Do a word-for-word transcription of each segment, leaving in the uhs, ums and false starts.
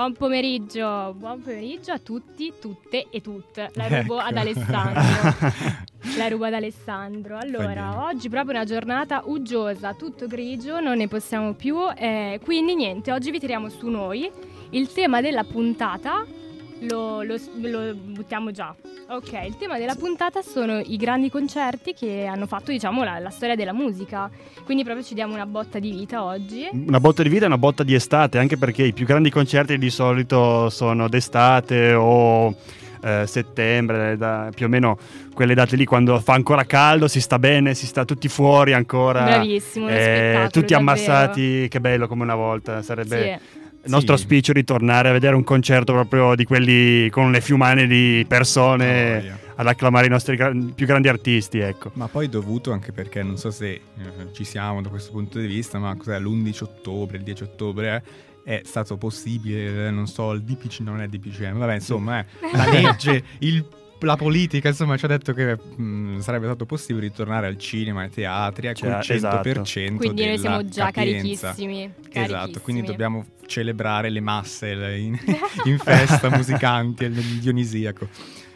Buon pomeriggio, buon pomeriggio a tutti, tutte e tutte. La rubo ad Alessandro. La rubo ad Alessandro. Allora, oggi proprio una giornata uggiosa, tutto grigio, non ne possiamo più. Eh, quindi niente, oggi vi tiriamo su noi. Il tema della puntata lo, lo, lo buttiamo già. Ok, il tema della puntata sono i grandi concerti che hanno fatto, diciamo, la, la storia della musica. Quindi proprio ci diamo una botta di vita oggi. Una botta di vita e una botta di estate, anche perché i più grandi concerti di solito sono d'estate o eh, settembre, da, più o meno quelle date lì quando fa ancora caldo, si sta bene, si sta tutti fuori ancora. Bravissimo, uno eh, spettacolo, tutti davvero. Ammassati, che bello come una volta, sarebbe... Sì. Il nostro Sì. auspicio di tornare a vedere un concerto proprio di quelli con le fiumane di persone Oh, yeah. ad acclamare i nostri gra- più grandi artisti, ecco. Ma poi dovuto anche perché non so se eh, ci siamo da questo punto di vista, ma cos'è l'undici ottobre, il dieci ottobre eh, è stato possibile, eh, non so, il D P C non è D P C M, vabbè insomma eh, la legge, il la politica, insomma, ci ha detto che mh, sarebbe stato possibile ritornare al cinema, ai teatri, ecco, Cioè, il cento per cento Quindi noi della siamo già capienza. carichissimi, Esatto, carichissimi. quindi dobbiamo celebrare le masse le- in, in festa, musicanti, il Dionisiaco.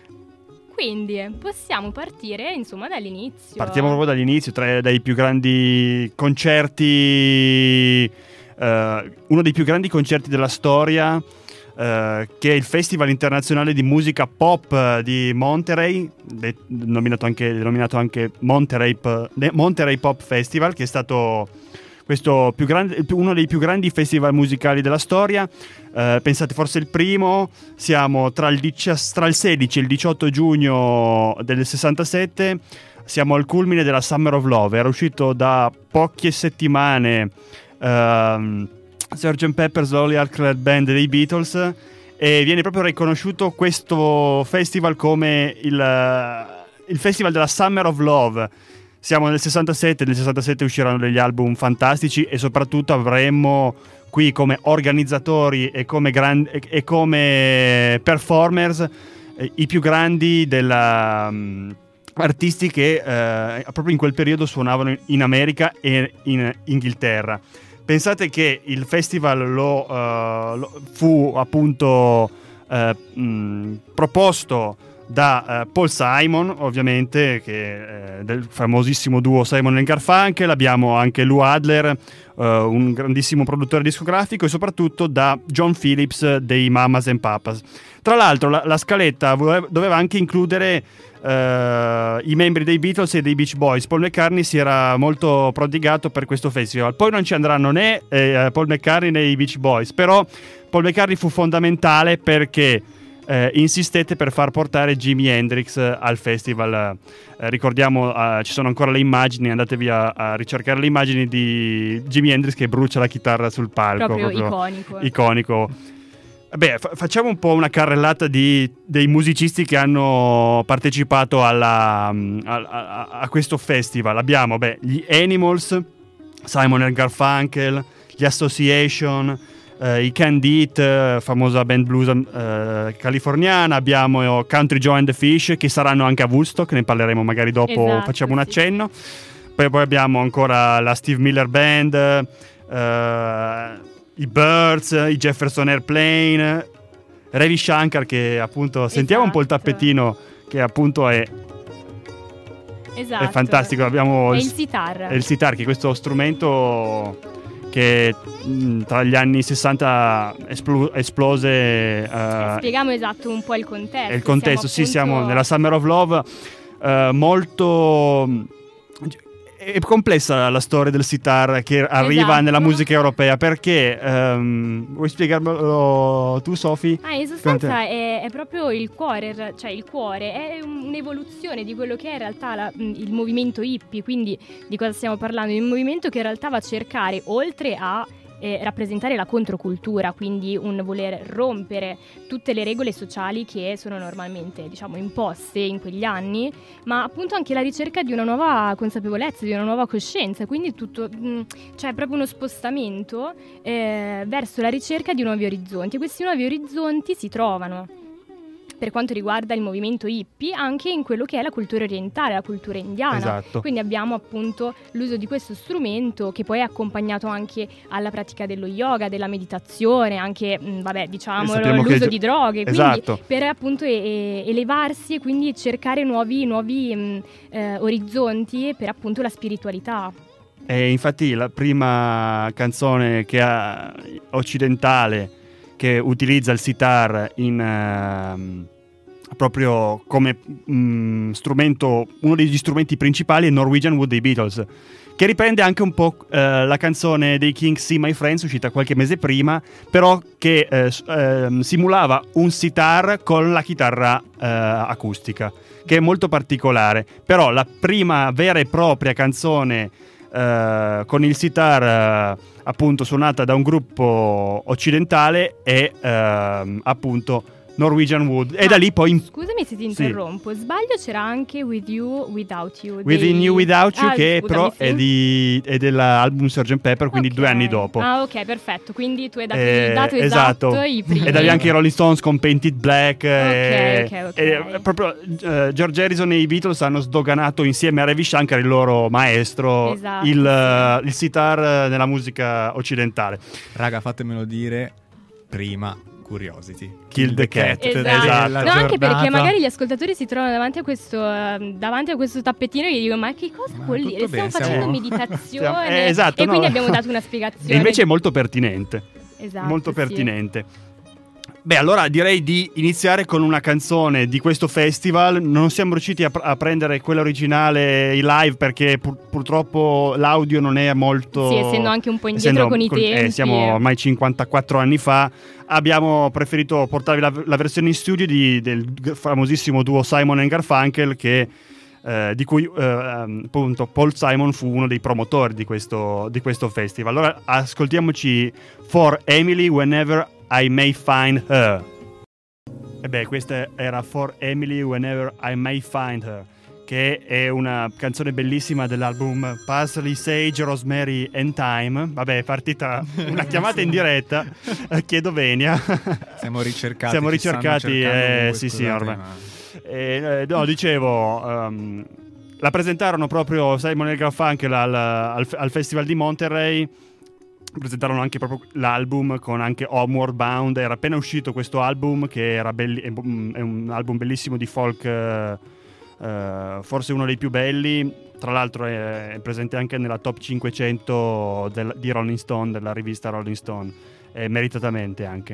Quindi possiamo partire, insomma, dall'inizio. Partiamo proprio dall'inizio, tra, dai più grandi concerti, eh, uno dei più grandi concerti della storia, eh, che è il Festival Internazionale di Musica Pop eh, di Monterey, de- denominato anche, denominato anche Monterey, P- de- Monterey Pop Festival, che è stato questo più grande, uno dei più grandi festival musicali della storia. Eh, pensate, forse il primo. Siamo tra il, dici- tra il sedici e il diciotto giugno del sessantasette. Siamo al culmine della Summer of Love. Era uscito da poche settimane ehm, sergeant Pepper's Lonely Hearts Club Band dei Beatles, e viene proprio riconosciuto questo festival come il, il festival della Summer of Love. Siamo nel sessantasette, nel sessantasette usciranno degli album fantastici, e soprattutto avremo qui come organizzatori e come, gran- e, e come performers eh, i più grandi della, um, artisti che eh, proprio in quel periodo suonavano in America e in Inghilterra. Pensate che il festival lo, uh, lo fu appunto uh, mh, proposto da uh, Paul Simon, ovviamente, che, eh, del famosissimo duo Simon and Garfunkel. Abbiamo anche Lou Adler, uh, un grandissimo produttore discografico, e soprattutto da John Phillips dei Mamas and Papas. Tra l'altro la, la scaletta voleva, doveva anche includere uh, i membri dei Beatles e dei Beach Boys. Paul McCartney si era molto prodigato per questo festival. Poi non ci andranno né eh, Paul McCartney né i Beach Boys, però Paul McCartney fu fondamentale perché Eh, insistette per far portare Jimi Hendrix eh, al festival. Eh, ricordiamo, eh, ci sono ancora le immagini, andatevi a, a ricercare le immagini di Jimi Hendrix che brucia la chitarra sul palco. Proprio, proprio iconico. Iconico. Beh, fa- facciamo un po' una carrellata di, dei musicisti che hanno partecipato alla, a, a, a questo festival. Abbiamo beh, gli Animals, Simon and Garfunkel, gli Association, Uh, i Candid, uh, famosa band blues uh, californiana. Abbiamo Country Joe and the Fish, che saranno anche a Woodstock, ne parleremo magari dopo, esatto, facciamo un sì, accenno. Poi, poi abbiamo ancora la Steve Miller Band, uh, i Birds, i Jefferson Airplane, Ravi Shankar, che appunto, esatto, sentiamo un po' il tappetino, che appunto è esatto. è fantastico. Abbiamo è il, il sitar. è il sitar, che è questo strumento che mh, tra gli anni sessanta esplo- esplose. Uh, Spieghiamo esatto un po' il contesto. il contesto, siamo sì, appunto... siamo nella Summer of Love. Uh, molto è complessa la storia del sitar che arriva esatto. nella musica europea, perché um, vuoi spiegarmelo tu, Sofi? Ah, in sostanza è, è proprio il cuore, cioè il cuore è un'evoluzione di quello che è in realtà la, il movimento hippie. Quindi di cosa stiamo parlando? Di un movimento che in realtà va a cercare, oltre a eh, rappresentare la controcultura, quindi un voler rompere tutte le regole sociali che sono normalmente, diciamo, imposte in quegli anni, ma appunto anche la ricerca di una nuova consapevolezza, di una nuova coscienza. Quindi tutto, mh, cioè proprio uno spostamento eh, verso la ricerca di nuovi orizzonti, e questi nuovi orizzonti si trovano per quanto riguarda il movimento hippie, anche in quello che è la cultura orientale, la cultura indiana. Esatto. Quindi abbiamo appunto l'uso di questo strumento che poi è accompagnato anche alla pratica dello yoga, della meditazione, anche mh, vabbè diciamo l'uso che... di droghe, quindi esatto. per appunto e- elevarsi e quindi cercare nuovi, nuovi mh, eh, orizzonti per appunto la spiritualità. E infatti la prima canzone che ha, occidentale che utilizza il sitar in, uh, proprio come um, strumento, uno degli strumenti principali è Norwegian Wood dei Beatles, che riprende anche un po' uh, la canzone dei Kings See My Friends, uscita qualche mese prima, però che uh, uh, simulava un sitar con la chitarra uh, acustica, che è molto particolare. Però la prima vera e propria canzone uh, con il sitar uh, appunto suonata da un gruppo occidentale è uh, appunto Norwegian Wood, e ah, da lì poi in... scusami se ti interrompo, sì. Sbaglio, c'era anche With You Without You Within dei... You Without You, ah, che scusami, però sì. è, di, è dell'album sergeant Pepper, quindi okay. due anni dopo. Ah ok, perfetto, quindi tu hai dato eh, il dato esatto. esatto i primi. E da lì anche i Rolling Stones con Painted Black. Ok, e, ok, ok. E proprio uh, George Harrison e i Beatles hanno sdoganato insieme a Ravi Shankar, il loro maestro, esatto, il, sì. uh, il sitar nella musica occidentale. Raga, fatemelo dire prima. Curiosity, Kill the Cat. Esatto. Esatto. No, anche perché magari gli ascoltatori si trovano davanti a questo uh, davanti a questo tappetino e gli dicono ma che cosa ma vuol dire? bene, Stiamo facendo siamo... meditazione. eh, esatto, e no. quindi abbiamo dato una spiegazione. E invece è molto pertinente. Esatto, molto sì. pertinente. Beh, allora direi di iniziare con una canzone di questo festival. Non siamo riusciti a, pr- a prendere quella originale, i live, perché pur- purtroppo l'audio non è molto... Sì, essendo anche un po' indietro con i con, tempi. Eh, siamo ormai cinquantaquattro anni fa. Abbiamo preferito portarvi la, la versione in studio di, del famosissimo duo Simon and Garfunkel, che... Eh, di cui eh, appunto Paul Simon fu uno dei promotori di questo, di questo festival. Allora ascoltiamoci For Emily Whenever I May Find Her. E beh, questa era For Emily Whenever I May Find Her, che è una canzone bellissima dell'album Parsley, Sage, Rosemary and Thyme. Vabbè, è partita una chiamata in diretta, eh, chiedo venia. Siamo ricercati. Siamo ci ricercati, eh, sì sì, ormai. Ma... Eh, no, dicevo, um, la presentarono proprio Simon e Garfunkel al, al, al Festival di Monterey. Presentarono anche proprio l'album con anche Homeward Bound. Era appena uscito questo album, che era belli- è un album bellissimo di folk, uh, uh, forse uno dei più belli. Tra l'altro è, è presente anche nella top cinquecento del, di Rolling Stone, della rivista Rolling Stone, eh, meritatamente anche.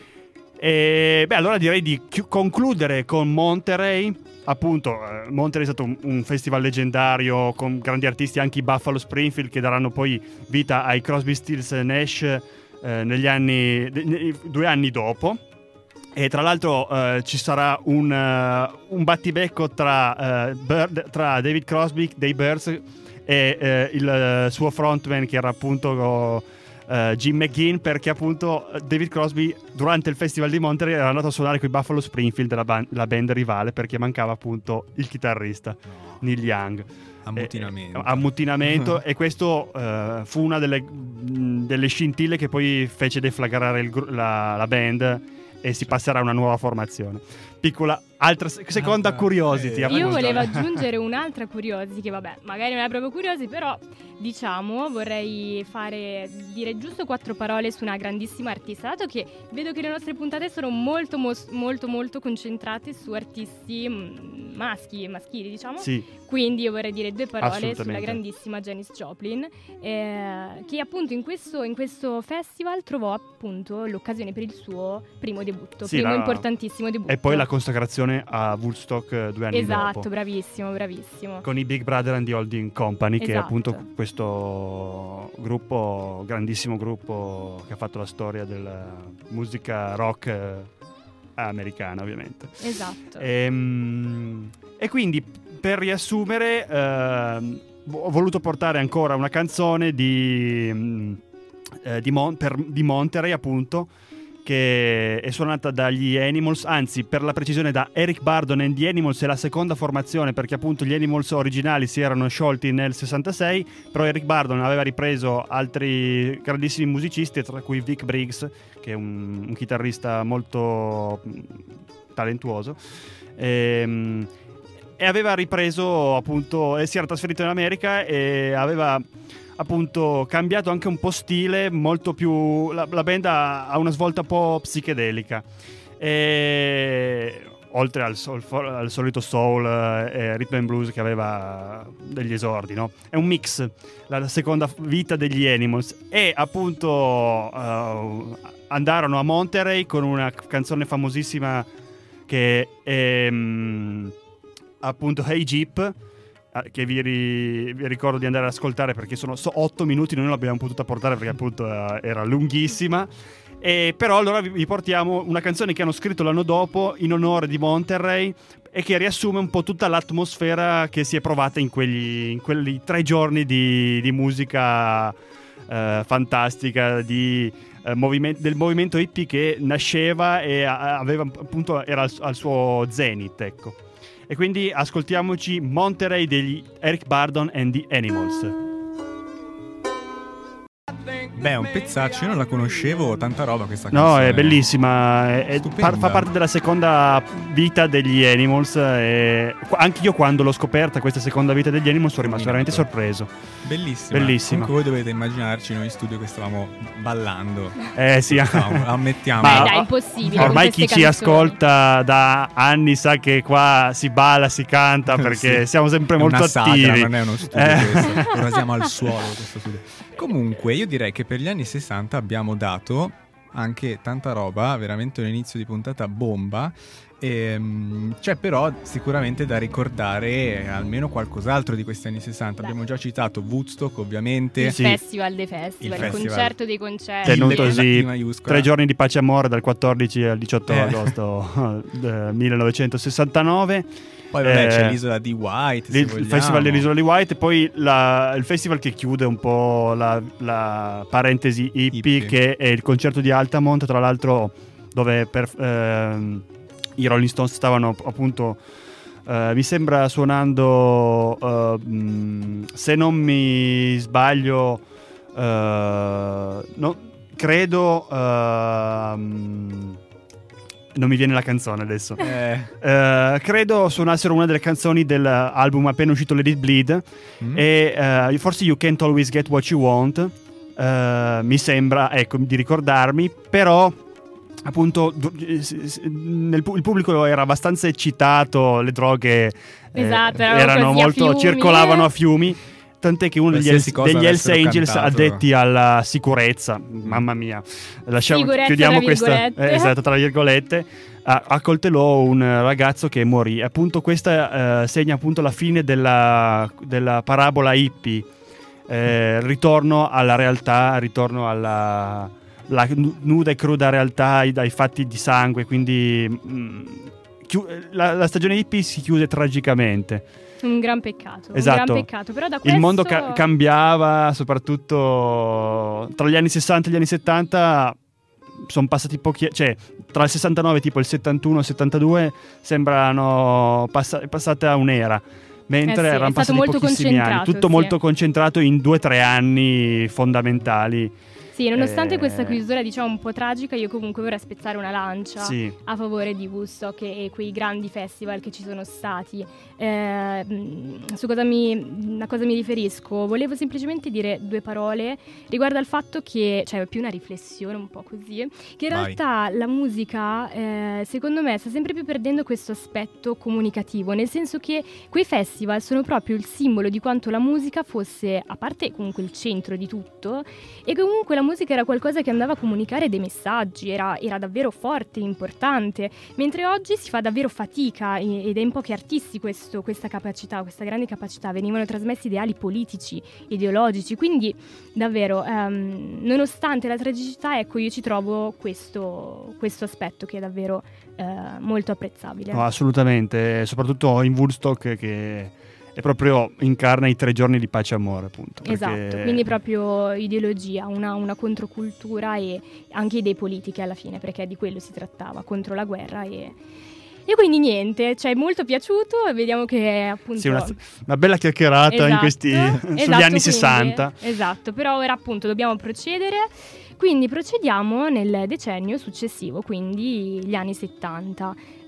E beh, allora direi di chi- concludere con Monterey. Appunto, eh, Monterey è stato un, un festival leggendario con grandi artisti, anche i Buffalo Springfield, che daranno poi vita ai Crosby, Stills e Nash eh, negli anni de- due anni dopo. E tra l'altro eh, ci sarà un, uh, un battibecco tra, uh, Bird, tra David Crosby dei Byrds e uh, il uh, suo frontman, che era appunto Uh, Jim McGinn, perché appunto David Crosby durante il festival di Monterey era andato a suonare con i Buffalo Springfield, la, ban- la band rivale, perché mancava appunto il chitarrista no. Neil Young. Ammutinamento. Eh, ammutinamento e questo uh, fu una delle, mh, delle scintille che poi fece deflagrare il gru- la, la band, e si passerà a una nuova formazione. Piccola altra seconda ah, curiosity. eh, Io volevo aggiungere un'altra curiosity, che vabbè, magari non è proprio curiosity, però diciamo vorrei fare dire giusto quattro parole su una grandissima artista, dato che vedo che le nostre puntate sono molto mos- molto molto concentrate su artisti mh, maschi maschili, diciamo. Sì. Quindi io vorrei dire due parole sulla grandissima Janis Joplin, eh, che appunto in questo, in questo festival trovò appunto l'occasione per il suo primo debutto, Sì, primo la... importantissimo debutto. E poi la consacrazione a Woodstock eh, due anni esatto, dopo. bravissimo, bravissimo. Con i Big Brother and the Holding Company, esatto. che è appunto questo gruppo, grandissimo gruppo che ha fatto la storia della musica rock eh, americana, ovviamente. Esatto. E, e quindi, per riassumere, eh, ho voluto portare ancora una canzone di, eh, di, Mon- per, di Monterey, appunto, che è suonata dagli Animals, anzi per la precisione da Eric Burdon and the Animals. È la seconda formazione, perché appunto gli Animals originali si erano sciolti nel sessantasei, però Eric Burdon aveva ripreso altri grandissimi musicisti, tra cui Vic Briggs, che è un, un chitarrista molto talentuoso. E, e aveva ripreso appunto, e si era trasferito in America e aveva appunto cambiato anche un po' stile, molto più, la, la band ha, ha una svolta un po' psichedelica, e oltre al, sol, al solito soul e rhythm and blues che aveva degli esordi, no? È un mix, la seconda vita degli Animals. E appunto uh, andarono a Monterey con una canzone famosissima che è um, appunto Hey Jeep, che vi, ri- vi ricordo di andare ad ascoltare perché sono so- otto minuti, noi non l'abbiamo potuta portare perché appunto uh, era lunghissima. E però allora vi portiamo una canzone che hanno scritto l'anno dopo in onore di Monterey e che riassume un po' tutta l'atmosfera che si è provata in quegli, in quelli tre giorni di, di musica eh, fantastica, di, eh, moviment- del movimento hippie che nasceva e aveva, appunto, era al, al suo zenith, ecco. E quindi ascoltiamoci Monterey degli Eric Burdon and the Animals. Beh, un pezzaccio, io non la conoscevo, tanta roba questa canzone. No, è bellissima, è, è, fa, fa parte della seconda vita degli Animals, e anche io quando l'ho scoperta questa seconda vita degli Animals sono rimasto veramente sorpreso. Bellissima. Bellissima. Comunque voi dovete immaginarci noi in studio che stavamo ballando. Eh sì, stavamo, ammettiamo. Ma dai, è impossibile. Ormai chi canzoni. ci ascolta da anni sa che qua si balla, si canta, perché sì. siamo sempre è molto una attivi. Sagra, non è uno studio eh. questo. Ora siamo al suolo questo studio. Comunque io direi che per gli anni sessanta abbiamo dato anche tanta roba, veramente un inizio di puntata bomba. Ehm, c'è però sicuramente da ricordare almeno qualcos'altro di questi anni sessanta. Beh. Abbiamo già citato Woodstock, ovviamente. Il sì. festival dei festival, il, il festival. concerto dei concerti. Tenutosi tre giorni di pace e amore dal quattordici al diciotto eh. agosto del millenovecentosessantanove. Poi vabbè, eh, c'è l'isola di White, il, il festival dell'isola di White, e poi la, il festival che chiude un po' la, la parentesi hippie, hippie, che è il concerto di Altamont, tra l'altro, dove per, eh, i Rolling Stones stavano appunto, eh, mi sembra suonando, eh, mh, se non mi sbaglio, eh, no, credo... Eh, non mi viene la canzone adesso. Eh. Uh, credo suonassero una delle canzoni dell'album appena uscito, Let It Bleed, mm. e uh, forse You Can't Always Get What You Want, uh, mi sembra, ecco, di ricordarmi. Però appunto nel, il pubblico era abbastanza eccitato, le droghe esatto, eh, erano molto, a circolavano a fiumi. Tant'è che uno degli, Els, degli Hells Angels cantato. addetti alla sicurezza, mamma mia, lasciamo, chiudiamo questa, eh, esatto, tra virgolette, accoltellò un ragazzo che morì. Appunto questa eh, segna appunto la fine della, della parabola hippie, eh, ritorno alla realtà, ritorno alla la nuda e cruda realtà dai fatti di sangue, quindi mh, chi, la, la stagione hippie si chiuse tragicamente. Un gran peccato, esatto. un gran peccato. Però da questo... Il mondo ca- cambiava, soprattutto tra gli anni sessanta e gli anni settanta. Sono passati pochi, cioè tra il sessantanove, tipo il settantuno settantadue, sembrano passa- passate a un'era, mentre eh sì, erano passati pochissimi anni. Tutto sì. molto concentrato in due o tre anni fondamentali. Sì, nonostante eh... questa chiusura, diciamo, un po' tragica, io comunque vorrei spezzare una lancia sì. a favore di Woodstock e quei grandi festival che ci sono stati. Eh, su cosa mi, a cosa mi riferisco? Volevo semplicemente dire due parole riguardo al fatto che, cioè più una riflessione un po' così, che in Vai. realtà la musica, eh, secondo me, sta sempre più perdendo questo aspetto comunicativo, nel senso che quei festival sono proprio il simbolo di quanto la musica fosse, a parte comunque il centro di tutto, e comunque la musica era qualcosa che andava a comunicare dei messaggi, era, era davvero forte, importante, mentre oggi si fa davvero fatica, ed è in pochi artisti questo, questa capacità, questa grande capacità. Venivano trasmessi ideali politici, ideologici, quindi davvero, ehm, nonostante la tragicità, ecco, io ci trovo questo, questo aspetto che è davvero eh, molto apprezzabile. No, assolutamente, soprattutto in Woodstock, che è proprio incarna i tre giorni di pace e amore, appunto. Perché... Esatto, quindi proprio ideologia, una, una controcultura e anche idee politiche alla fine, perché di quello si trattava, contro la guerra e... E quindi niente, ci è molto piaciuto e vediamo che appunto... Sì, una, una bella chiacchierata esatto, in questi, esatto, sugli anni quindi, sessanta. Esatto, però ora appunto dobbiamo procedere, quindi procediamo nel decennio successivo, quindi gli anni settanta.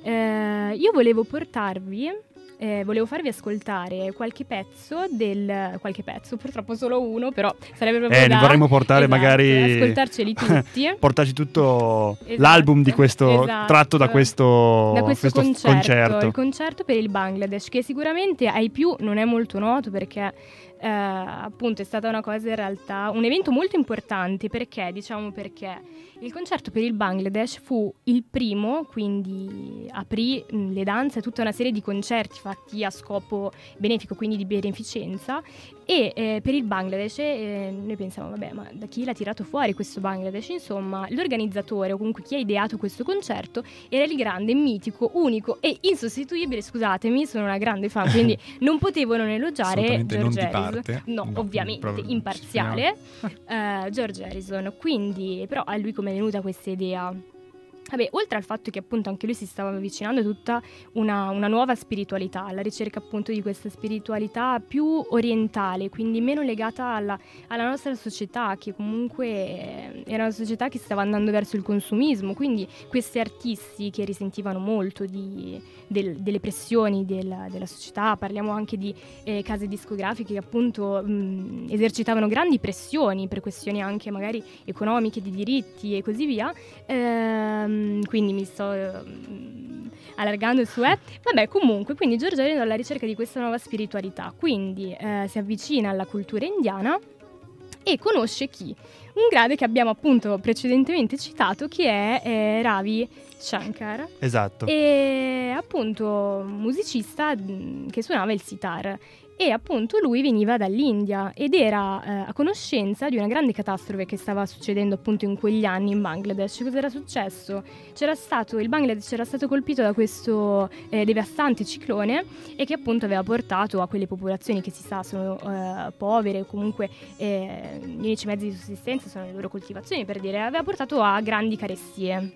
Eh, io volevo portarvi, eh, volevo farvi ascoltare qualche pezzo del... qualche pezzo, purtroppo solo uno, però sarebbe proprio Eh, da... li vorremmo portare esatto, magari... ascoltarceli tutti. Portarci tutto Esatto, l'album di questo, esatto. tratto da questo, da questo, questo concerto, concerto. Il concerto per il Bangladesh, che sicuramente ai più non è molto noto perché eh, appunto è stata una cosa in realtà, un evento molto importante. Perché? Diciamo perché il concerto per il Bangladesh fu il primo, quindi aprì mh, le danze a tutta una serie di concerti fatti a scopo benefico, quindi di beneficenza. E eh, per il Bangladesh eh, noi pensiamo, vabbè, ma da chi l'ha tirato fuori questo Bangladesh? Insomma, l'organizzatore o comunque chi ha ideato questo concerto era il grande, mitico, unico e insostituibile, scusatemi, sono una grande fan, quindi non potevo non elogiare Assolutamente non George di Harrison. parte. No, No, ovviamente, proprio imparziale. eh, George Harrison, quindi, però a lui come è venuta questa idea? Vabbè, oltre al fatto che appunto anche lui si stava avvicinando a tutta una, una nuova spiritualità, alla ricerca appunto di questa spiritualità più orientale, quindi meno legata alla, alla nostra società, che comunque eh, era una società che stava andando verso il consumismo, quindi questi artisti che risentivano molto di, del, delle pressioni della, della società, parliamo anche di eh, case discografiche che appunto mh, esercitavano grandi pressioni per questioni anche magari economiche, di diritti e così via. Ehm, quindi mi sto uh, allargando su eh. Vabbè, comunque, quindi George Harrison alla ricerca di questa nuova spiritualità, quindi eh, si avvicina alla cultura indiana e conosce chi? Un grande che abbiamo appunto precedentemente citato, che è eh, Ravi Shankar. Esatto. E appunto musicista mh, che suonava il sitar. E appunto lui veniva dall'India ed era eh, a conoscenza di una grande catastrofe che stava succedendo appunto in quegli anni in Bangladesh. Cosa era successo? C'era stato, il Bangladesh era stato colpito da questo eh, devastante ciclone e che appunto aveva portato a quelle popolazioni che si sa sono eh, povere o comunque eh, gli unici mezzi di sussistenza sono le loro coltivazioni, per dire, aveva portato a grandi carestie.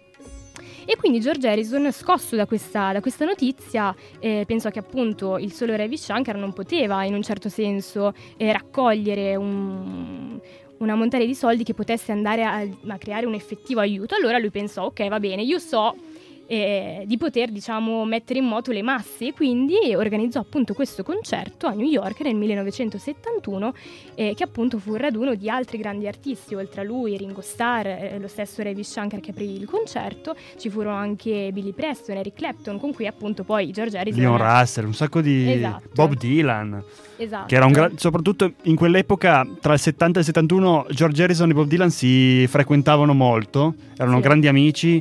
E quindi George Harrison, scosso da questa, da questa notizia, eh, pensò che appunto il solo Ravi Shankar non poteva in un certo senso eh, raccogliere un, un ammontare di soldi che potesse andare a, a creare un effettivo aiuto. Allora lui pensò, ok, va bene, io so eh, di poter, diciamo, mettere in moto le masse, e quindi organizzò appunto questo concerto a New York nel millenovecentosettantuno, eh, che appunto fu un raduno di altri grandi artisti, oltre a lui Ringo Starr, eh, lo stesso Ravi Shankar che aprì il concerto. Ci furono anche Billy Preston, Eric Clapton, con cui appunto poi George Harrison, Leon Russell, un sacco di... Esatto. Bob Dylan. Esatto. Che era un gra- soprattutto in quell'epoca, tra il settanta e il settantuno, George Harrison e Bob Dylan si frequentavano molto, erano Sì. grandi amici.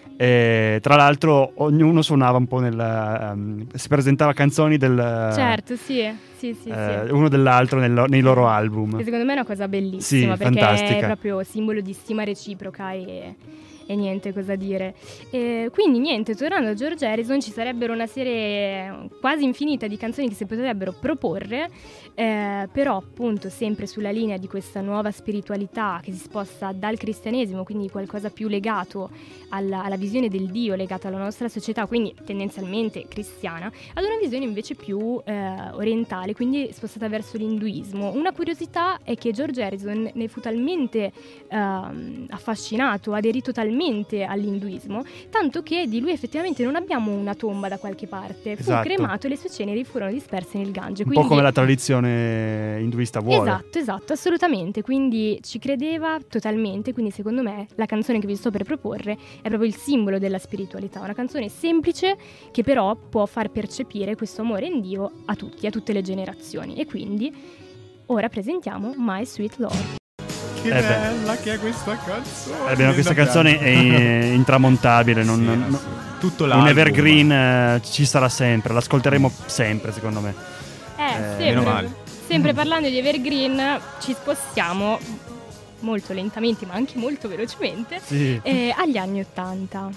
E tra l'altro ognuno suonava un po' nel um, si presentava canzoni del Certo, sì, sì, sì, eh, sì. uno dell'altro nel, nei loro album. Che secondo me è una cosa bellissima, Sì, perché fantastica. è proprio simbolo di stima reciproca e, e niente, cosa dire. E quindi niente, tornando a George Harrison, ci sarebbero una serie quasi infinita di canzoni che si potrebbero proporre, eh, però appunto sempre sulla linea di questa nuova spiritualità che si sposta dal cristianesimo, quindi qualcosa più legato alla, alla visione del Dio, legato alla nostra società, quindi tendenzialmente cristiana, ad una visione invece più eh, orientale, quindi spostata verso l'induismo. Una curiosità è che George Harrison ne fu talmente eh, affascinato, aderì totalmente all'induismo, tanto che di lui effettivamente non abbiamo una tomba da qualche parte. Fu Esatto. cremato e le sue ceneri furono disperse nel Gange. Un Quindi... po' come la tradizione induista vuole. Esatto, esatto, assolutamente. Quindi ci credeva totalmente. Quindi secondo me la canzone che vi sto per proporre è proprio il simbolo della spiritualità. Una canzone semplice che però può far percepire questo amore in Dio a tutti, a tutte le generazioni. E quindi ora presentiamo My Sweet Lord. Che Eh beh. bella che è questa canzone. Eh beh, questa Da canzone piangere. è intramontabile, non, Sì, non- assolutamente. Tutto un l'album. evergreen eh, ci sarà sempre, l'ascolteremo sempre secondo me. Eh, Eh, meno sempre, male. sempre parlando di Evergreen, ci spostiamo molto lentamente, ma anche molto velocemente, Sì. eh, agli anni Ottanta.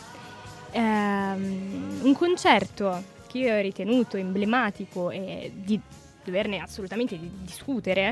Ehm, un concerto che io ho ritenuto emblematico e di doverne assolutamente di- discutere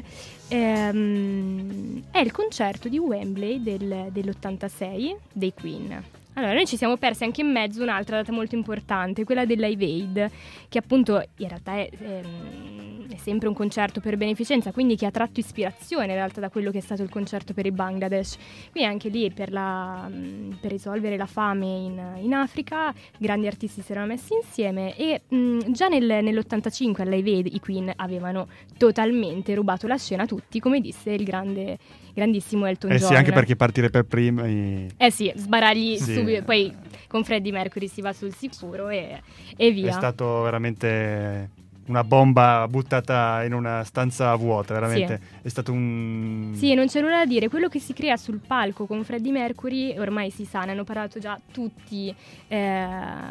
ehm, è il concerto di Wembley del- dell'ottantasei dei Queen. Allora, noi ci siamo persi anche in mezzo un'altra data molto importante, quella della Live Aid, che appunto in realtà è, ehm, è è sempre un concerto per beneficenza, quindi che ha tratto ispirazione in realtà da quello che è stato il concerto per il Bangladesh. Quindi anche lì per, la, per risolvere la fame in, in Africa grandi artisti si erano messi insieme e mh, già nel, nell'ottantacinque al Live Aid i Queen avevano totalmente rubato la scena a tutti, come disse il grande, grandissimo Elton Eh John. sì, anche perché partire per primi... Eh sì, sbaragli Sì. subito, poi con Freddie Mercury si va sul sicuro e, e via. È stato veramente una bomba buttata in una stanza vuota, veramente. Sì. È stato un... Sì, non c'è nulla da dire. Quello che si crea sul palco con Freddie Mercury ormai si sa, ne hanno parlato già tutti eh,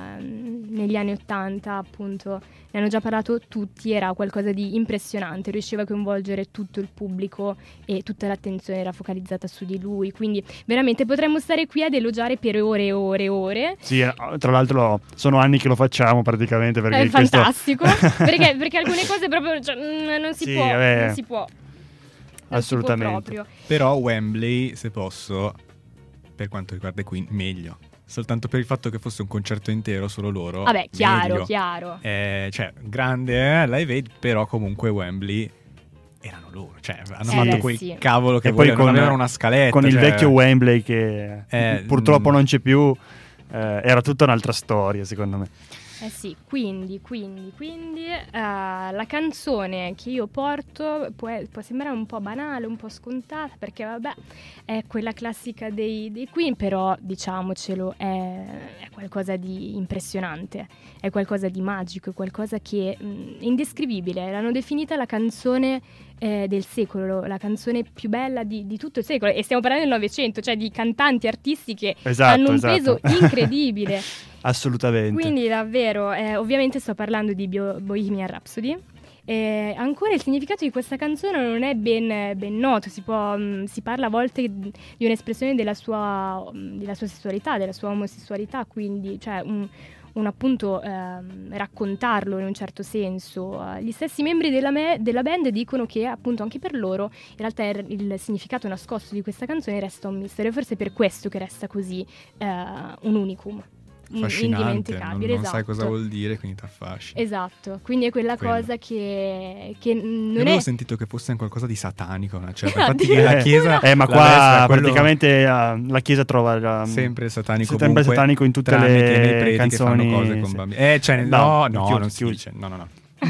negli anni Ottanta, appunto. Ne hanno già parlato tutti, era qualcosa di impressionante. Riusciva a coinvolgere tutto il pubblico e tutta l'attenzione era focalizzata su di lui. Quindi veramente potremmo stare qui ad elogiare per ore e ore e ore. Sì, eh, tra l'altro sono anni che lo facciamo praticamente. Perché È questo... fantastico. perché, perché alcune cose proprio cioè, mm, non si Sì, può, vabbè. non si può. Non Assolutamente. si può proprio. Però Wembley, se posso, per quanto riguarda i Queen, meglio. Soltanto per il fatto che fosse un concerto intero, solo loro. Vabbè, chiaro, meglio. chiaro. Eh, cioè, grande eh, Live Aid, però comunque Wembley erano loro. Cioè, hanno Eh, fatto beh, quel sì. cavolo che E poi volevano, con- non avevano una scaletta. Con il cioè- vecchio Wembley che Eh, purtroppo mm. non c'è più, eh, era tutta un'altra storia, secondo me. Eh sì, quindi, quindi, quindi eh, la canzone che io porto può, può sembrare un po' banale, un po' scontata, perché vabbè è quella classica dei, dei Queen, però diciamocelo, è, è qualcosa di impressionante, è qualcosa di magico, è qualcosa che mh, è indescrivibile. L'hanno definita la canzone eh, del secolo, la canzone più bella di, di tutto il secolo, e stiamo parlando del Novecento, cioè di cantanti, artisti che Esatto, hanno un esatto. peso incredibile. Assolutamente. Quindi davvero, eh, ovviamente sto parlando di Bio- Bohemian Rhapsody. Eh, ancora il significato di questa canzone non è ben, ben noto, si, può, mh, si parla a volte di un'espressione della sua, mh, della sua sessualità, della sua omosessualità, quindi cioè un, un appunto ehm, raccontarlo in un certo senso. Uh, gli stessi membri della, me- della band dicono che appunto anche per loro in realtà il, il significato nascosto di questa canzone resta un mistero, forse è per questo che resta così eh, un unicum. Affascinante, non, Indimenticabile, non esatto. sai cosa vuol dire, quindi ti affascina. Esatto, quindi è quella Quello. cosa che, che Io non avevo è... sentito che fosse qualcosa di satanico, una certa. Ah, Infatti che la chiesa, Eh, ma la qua destra, quello- praticamente eh, la chiesa trova la- sempre satanico, sempre ovunque, satanico in tutte tranne le che nei preti canzoni, che fanno cose con sì. bambini. Eh, cioè, no, No, no, chiudi, non si chiudi. dice. No, no, no.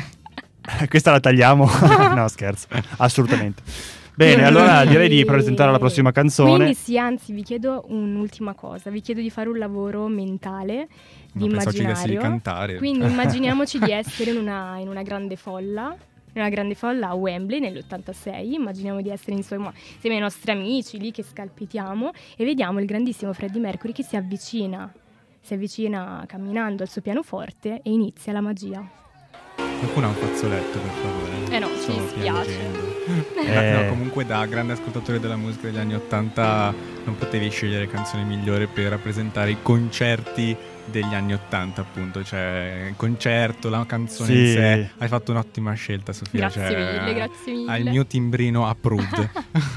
Questa la tagliamo? No, scherzo, assolutamente. Bene, allora direi di presentare la prossima canzone. Quindi sì, anzi vi chiedo un'ultima cosa, vi chiedo di fare un lavoro mentale, di No, pensavo ci dessi di immaginario. cantare. Quindi immaginiamoci di essere in una, in una grande folla, in una grande folla a Wembley nell'ottantasei, immaginiamo di essere insomma insieme ai nostri amici lì che scalpitiamo e vediamo il grandissimo Freddie Mercury che si avvicina, si avvicina camminando al suo pianoforte e inizia la magia. Qualcuno ha un fazzoletto, per favore. Eh no, ci Sto dispiace. piangendo. Eh. No, comunque da grande ascoltatore della musica degli anni Ottanta non potevi scegliere canzone migliore per rappresentare i concerti degli anni Ottanta, appunto, cioè il concerto, la canzone Sì. in sé. Hai fatto un'ottima scelta, Sofia. Grazie cioè, mille, grazie mille. Hai il mio timbrino approved.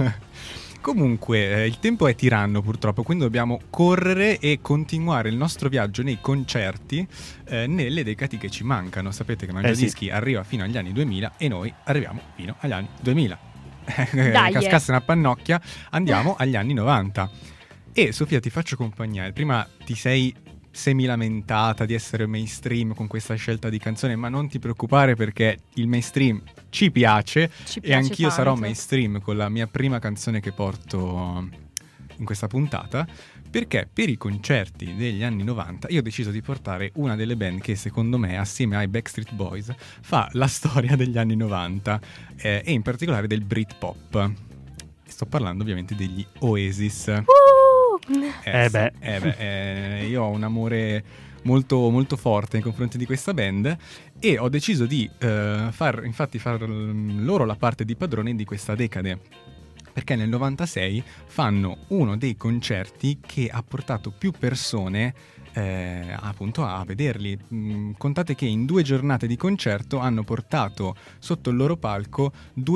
Comunque eh, il tempo è tiranno purtroppo, quindi dobbiamo correre e continuare il nostro viaggio nei concerti eh, nelle decadi che ci mancano. Sapete che Mangiadischi sì. arriva fino agli anni duemila e noi arriviamo fino agli anni duemila. Dai, eh. Cascasse una pannocchia, andiamo agli anni novanta. E Sofia, ti faccio compagnia. Prima ti sei semi-lamentata di essere mainstream con questa scelta di canzone, ma non ti preoccupare perché il mainstream ci piace, Ci e piace anch'io sarò tanto. mainstream con la mia prima canzone che porto in questa puntata, perché per i concerti degli anni novanta io ho deciso di portare una delle band che secondo me assieme ai Backstreet Boys fa la storia degli anni novanta eh, e in particolare del Britpop. Sto parlando ovviamente degli Oasis. Uh! Eh sì, beh. eh beh, eh, io ho un amore molto, molto forte nei confronti di questa band e ho deciso di eh, far, infatti far mm, loro la parte di padrone di questa decade, perché nel novantasei fanno uno dei concerti che ha portato più persone eh, appunto a vederli. Mm, contate che in due giornate di concerto hanno portato sotto il loro palco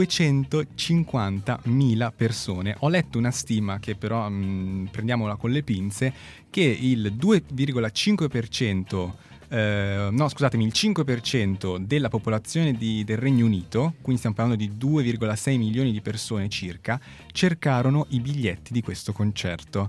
duecentocinquantamila persone. Ho letto una stima che però mm, prendiamola con le pinze, che il due virgola cinque per cento eh, no scusatemi, il cinque per cento della popolazione di, del Regno Unito, quindi stiamo parlando di due virgola sei milioni di persone circa, cercarono i biglietti di questo concerto.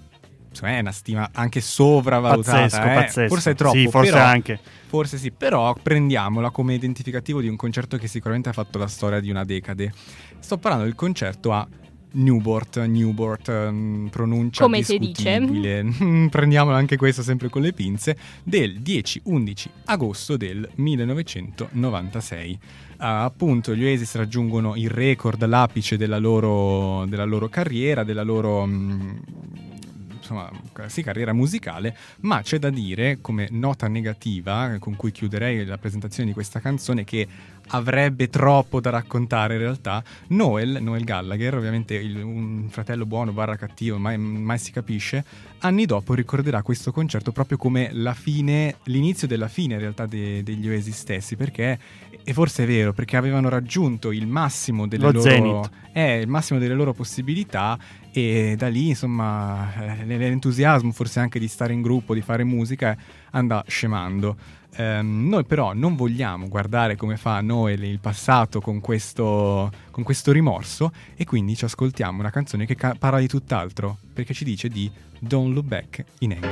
È una stima anche sovravalutata, pazzesco, eh? pazzesco. Forse è troppo, sì, forse però, anche. Forse sì, però prendiamola come identificativo di un concerto che sicuramente ha fatto la storia di una decade. Sto parlando del concerto a Newport, Newport, um, pronuncia come si dice. Prendiamola anche questo sempre con le pinze, del dieci undici agosto del millenovecentonovantasei. Uh, appunto gli Oasis raggiungono il record, l'apice della loro, della loro carriera, della loro... Um, insomma, sì, carriera musicale, ma c'è da dire, come nota negativa, con cui chiuderei la presentazione di questa canzone, che avrebbe troppo da raccontare in realtà. Noel, Noel Gallagher, ovviamente il, un fratello buono barra cattivo, mai, mai si capisce, anni dopo ricorderà questo concerto proprio come la fine, l'inizio della fine in realtà de, degli Oasis stessi, perché, e forse è vero, perché avevano raggiunto il massimo delle Lo loro zenith. Eh, il massimo delle loro possibilità, e da lì insomma eh, l'entusiasmo forse anche di stare in gruppo, di fare musica, andò scemando. Um, noi però non vogliamo guardare come fa Noel il passato con questo, con questo rimorso, e quindi ci ascoltiamo una canzone che ca- parla di tutt'altro, perché ci dice di Don't Look Back in Anger.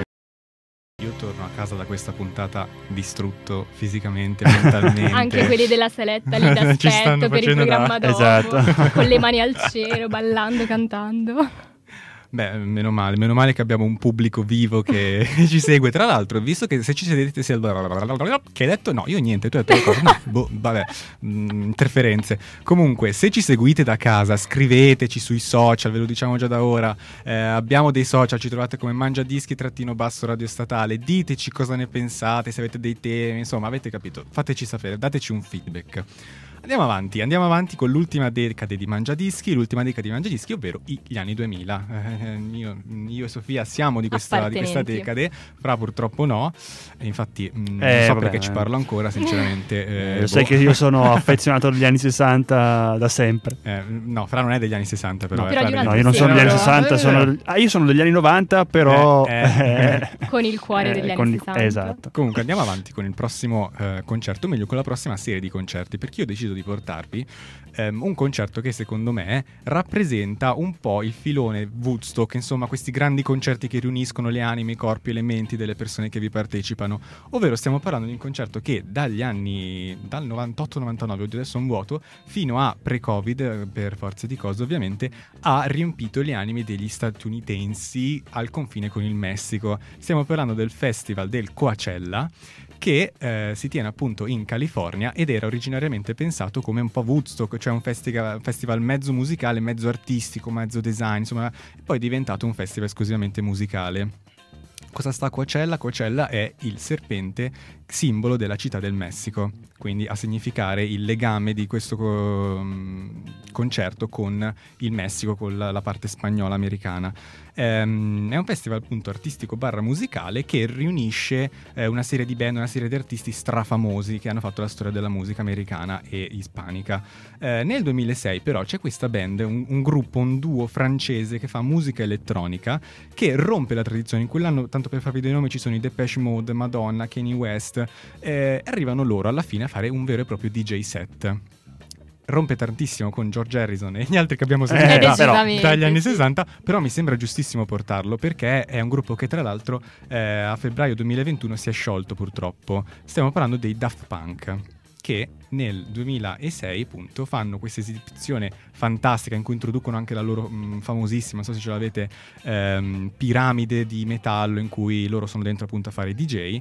Io torno a casa da questa puntata distrutto fisicamente, mentalmente. Anche quelli della saletta lì d'aspetto per il programma da... dopo, esatto. con le mani al cielo, ballando, cantando. Beh, meno male, meno male che abbiamo un pubblico vivo che ci segue. Tra l'altro, visto che se ci sedete si che hai detto? No, io niente, tu hai detto qualcosa. No, boh, vabbè, mm, interferenze. Comunque, se ci seguite da casa, scriveteci sui social, ve lo diciamo già da ora. Eh, abbiamo dei social, ci trovate come Mangiadischi trattino basso Radio Statale. Diteci cosa ne pensate, se avete dei temi, insomma, avete capito. Fateci sapere, dateci un feedback. Andiamo avanti, andiamo avanti con l'ultima decade di Mangiadischi, l'ultima decade di Mangiadischi, ovvero gli anni duemila. Eh, io, io e Sofia siamo di questa, di questa decade, Fra purtroppo no, e infatti mh, non Eh, so vabbè. perché ci parlo ancora, sinceramente. Eh, Eh, boh. sai che io sono affezionato agli anni sessanta da sempre. Eh, no, Fra non è degli anni sessanta, però. No, eh, però Fra di degli un No, anni io non sono degli anni Eh, sessanta, eh, sono... Ah, io sono degli anni novanta, però... Eh, eh. Con il cuore Eh, degli anni con il- sessanta. Esatto. Comunque andiamo avanti con il prossimo eh, concerto, o meglio con la prossima serie di concerti, perché io ho deciso di portarvi ehm, un concerto che secondo me rappresenta un po' il filone Woodstock, insomma questi grandi concerti che riuniscono le anime, i corpi e le menti delle persone che vi partecipano, ovvero stiamo parlando di un concerto che dagli anni, dal novantotto novantanove, oggi adesso è un vuoto, fino a pre-Covid, eh, per forza di cose ovviamente, ha riempito le anime degli statunitensi al confine con il Messico. Stiamo parlando del festival del Coachella, che eh, si tiene appunto in California ed era originariamente pensato come un po' Woodstock, cioè un festival, festival mezzo musicale, mezzo artistico, mezzo design, insomma, e poi è diventato un festival esclusivamente musicale. Cosa sta a Coachella? Coachella è il serpente simbolo della città del Messico, quindi a significare il legame di questo co- concerto con il Messico, con la, la parte spagnola americana. Ehm, è un festival appunto artistico barra musicale che riunisce eh, una serie di band, una serie di artisti strafamosi che hanno fatto la storia della musica americana e ispanica. Eh, nel duemilasei però c'è questa band, un, un gruppo, un duo francese che fa musica elettronica, che rompe la tradizione. In quell'anno, tanto per farvi dei nomi, ci sono i Depeche Mode, Madonna, Kanye West. Eh, arrivano loro alla fine a fare un vero e proprio D J set. Rompe tantissimo con George Harrison e gli altri che abbiamo sentito Eh, da- decisamente, dagli anni sì. sessanta, però mi sembra giustissimo portarlo perché è un gruppo che tra l'altro eh, a febbraio duemilaventuno si è sciolto purtroppo. Stiamo parlando dei Daft Punk, che nel duemilasei appunto fanno questa esibizione fantastica in cui introducono anche la loro mh, famosissima, non so se ce l'avete, ehm, piramide di metallo in cui loro sono dentro appunto a fare i D J,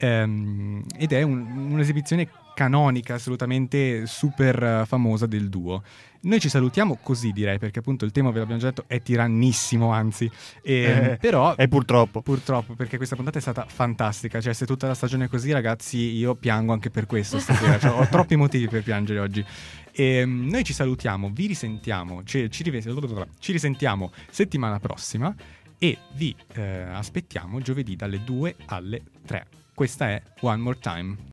ehm, ed è un- un'esibizione canonica, assolutamente super eh, famosa del duo. Noi ci salutiamo così, direi, perché appunto il tema, ve l'abbiamo già detto, è tirannissimo, anzi, e, Eh, però E purtroppo. purtroppo, perché questa puntata è stata fantastica, cioè se tutta la stagione è così, ragazzi, io piango anche per questo stasera, cioè, ho troppi motivi per piangere oggi. E mm, noi ci salutiamo, vi risentiamo, ci, ci, rive- ci risentiamo settimana prossima e vi eh, aspettiamo giovedì dalle due alle tre. Questa è One More Time.